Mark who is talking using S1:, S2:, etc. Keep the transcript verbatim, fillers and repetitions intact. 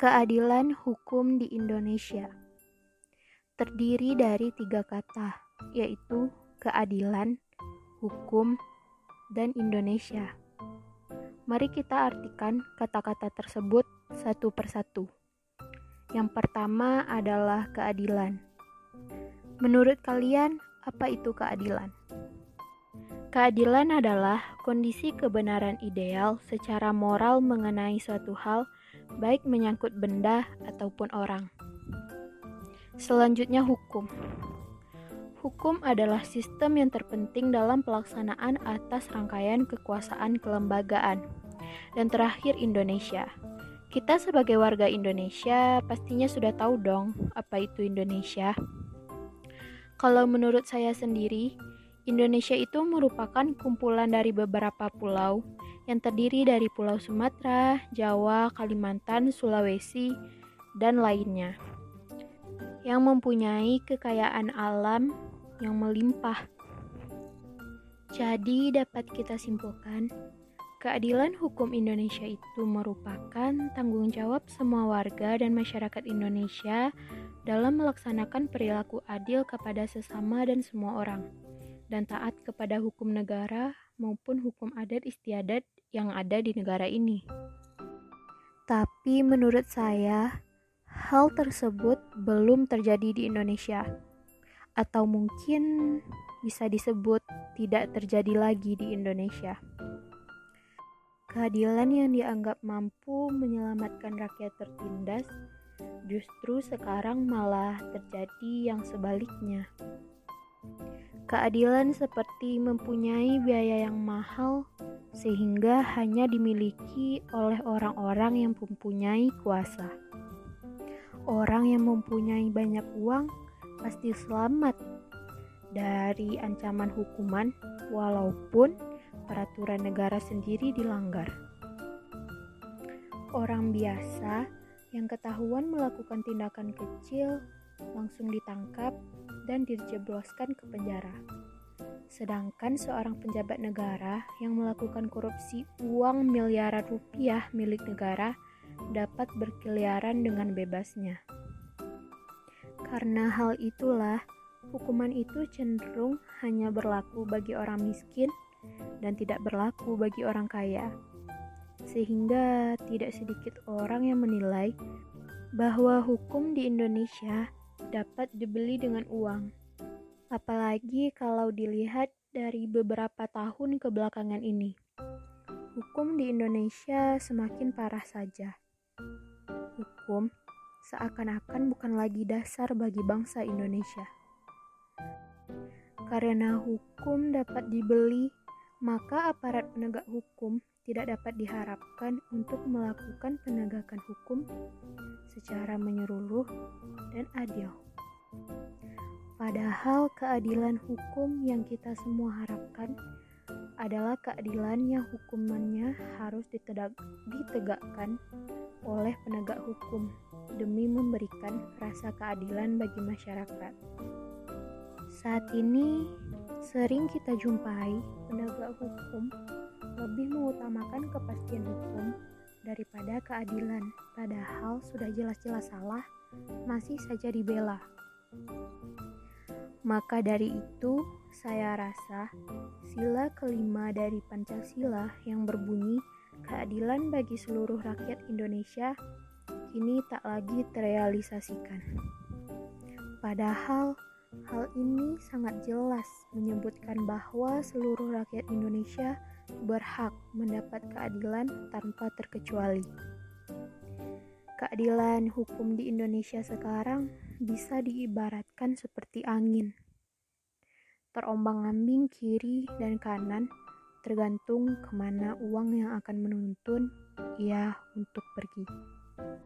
S1: Keadilan hukum di Indonesia terdiri dari tiga kata, yaitu keadilan, hukum, dan Indonesia. Mari kita artikan kata-kata tersebut satu persatu. Yang pertama adalah keadilan. Menurut kalian, apa itu keadilan? Keadilan adalah kondisi kebenaran ideal secara moral mengenai suatu hal, baik menyangkut benda ataupun orang. Selanjutnya hukum. Hukum adalah sistem yang terpenting dalam pelaksanaan atas rangkaian kekuasaan kelembagaan. Dan terakhir Indonesia. Kita sebagai warga Indonesia pastinya sudah tahu dong apa itu Indonesia. Kalau menurut saya sendiri, Indonesia itu merupakan kumpulan dari beberapa pulau yang terdiri dari Pulau Sumatera, Jawa, Kalimantan, Sulawesi, dan lainnya, yang mempunyai kekayaan alam yang melimpah. Jadi dapat kita simpulkan, keadilan hukum Indonesia itu merupakan tanggung jawab semua warga dan masyarakat Indonesia dalam melaksanakan perilaku adil kepada sesama dan semua orang, dan taat kepada hukum negara maupun hukum adat istiadat yang ada di negara ini. Tapi menurut saya, hal tersebut belum terjadi di Indonesia, atau mungkin bisa disebut tidak terjadi lagi di Indonesia. Keadilan yang dianggap mampu menyelamatkan rakyat tertindas, justru sekarang malah terjadi yang sebaliknya. Keadilan seperti mempunyai biaya yang mahal sehingga hanya dimiliki oleh orang-orang yang mempunyai kuasa. Orang yang mempunyai banyak uang pasti selamat dari ancaman hukuman walaupun peraturan negara sendiri dilanggar. Orang biasa yang ketahuan melakukan tindakan kecil langsung ditangkap dan dijebloskan ke penjara. Sedangkan seorang pejabat negara yang melakukan korupsi uang miliaran rupiah milik negara dapat berkeliaran dengan bebasnya. Karena hal itulah, hukuman itu cenderung hanya berlaku bagi orang miskin dan tidak berlaku bagi orang kaya. Sehingga tidak sedikit orang yang menilai bahwa hukum di Indonesia dapat dibeli dengan uang. Apalagi kalau dilihat dari beberapa tahun kebelakangan ini. Hukum di Indonesia semakin parah saja. Hukum seakan-akan bukan lagi dasar bagi bangsa Indonesia. Karena hukum dapat dibeli, maka aparat penegak hukum tidak dapat diharapkan untuk melakukan penegakan hukum secara menyeluruh dan adil. Padahal keadilan hukum yang kita semua harapkan adalah keadilan yang hukumannya harus ditegak, ditegakkan oleh penegak hukum demi memberikan rasa keadilan bagi masyarakat. Saat ini sering kita jumpai penegak hukum lebih mengutamakan kepastian hukum daripada keadilan, padahal sudah jelas-jelas salah, masih saja dibela. Maka dari itu, saya rasa sila kelima dari Pancasila yang berbunyi keadilan bagi seluruh rakyat Indonesia kini tak lagi terrealisasikan. Padahal hal ini sangat jelas menyebutkan bahwa seluruh rakyat Indonesia berhak mendapat keadilan tanpa terkecuali. Keadilan hukum di Indonesia sekarang bisa diibaratkan seperti angin. Terombang-ambing kiri dan kanan tergantung kemana uang yang akan menuntun ia untuk pergi.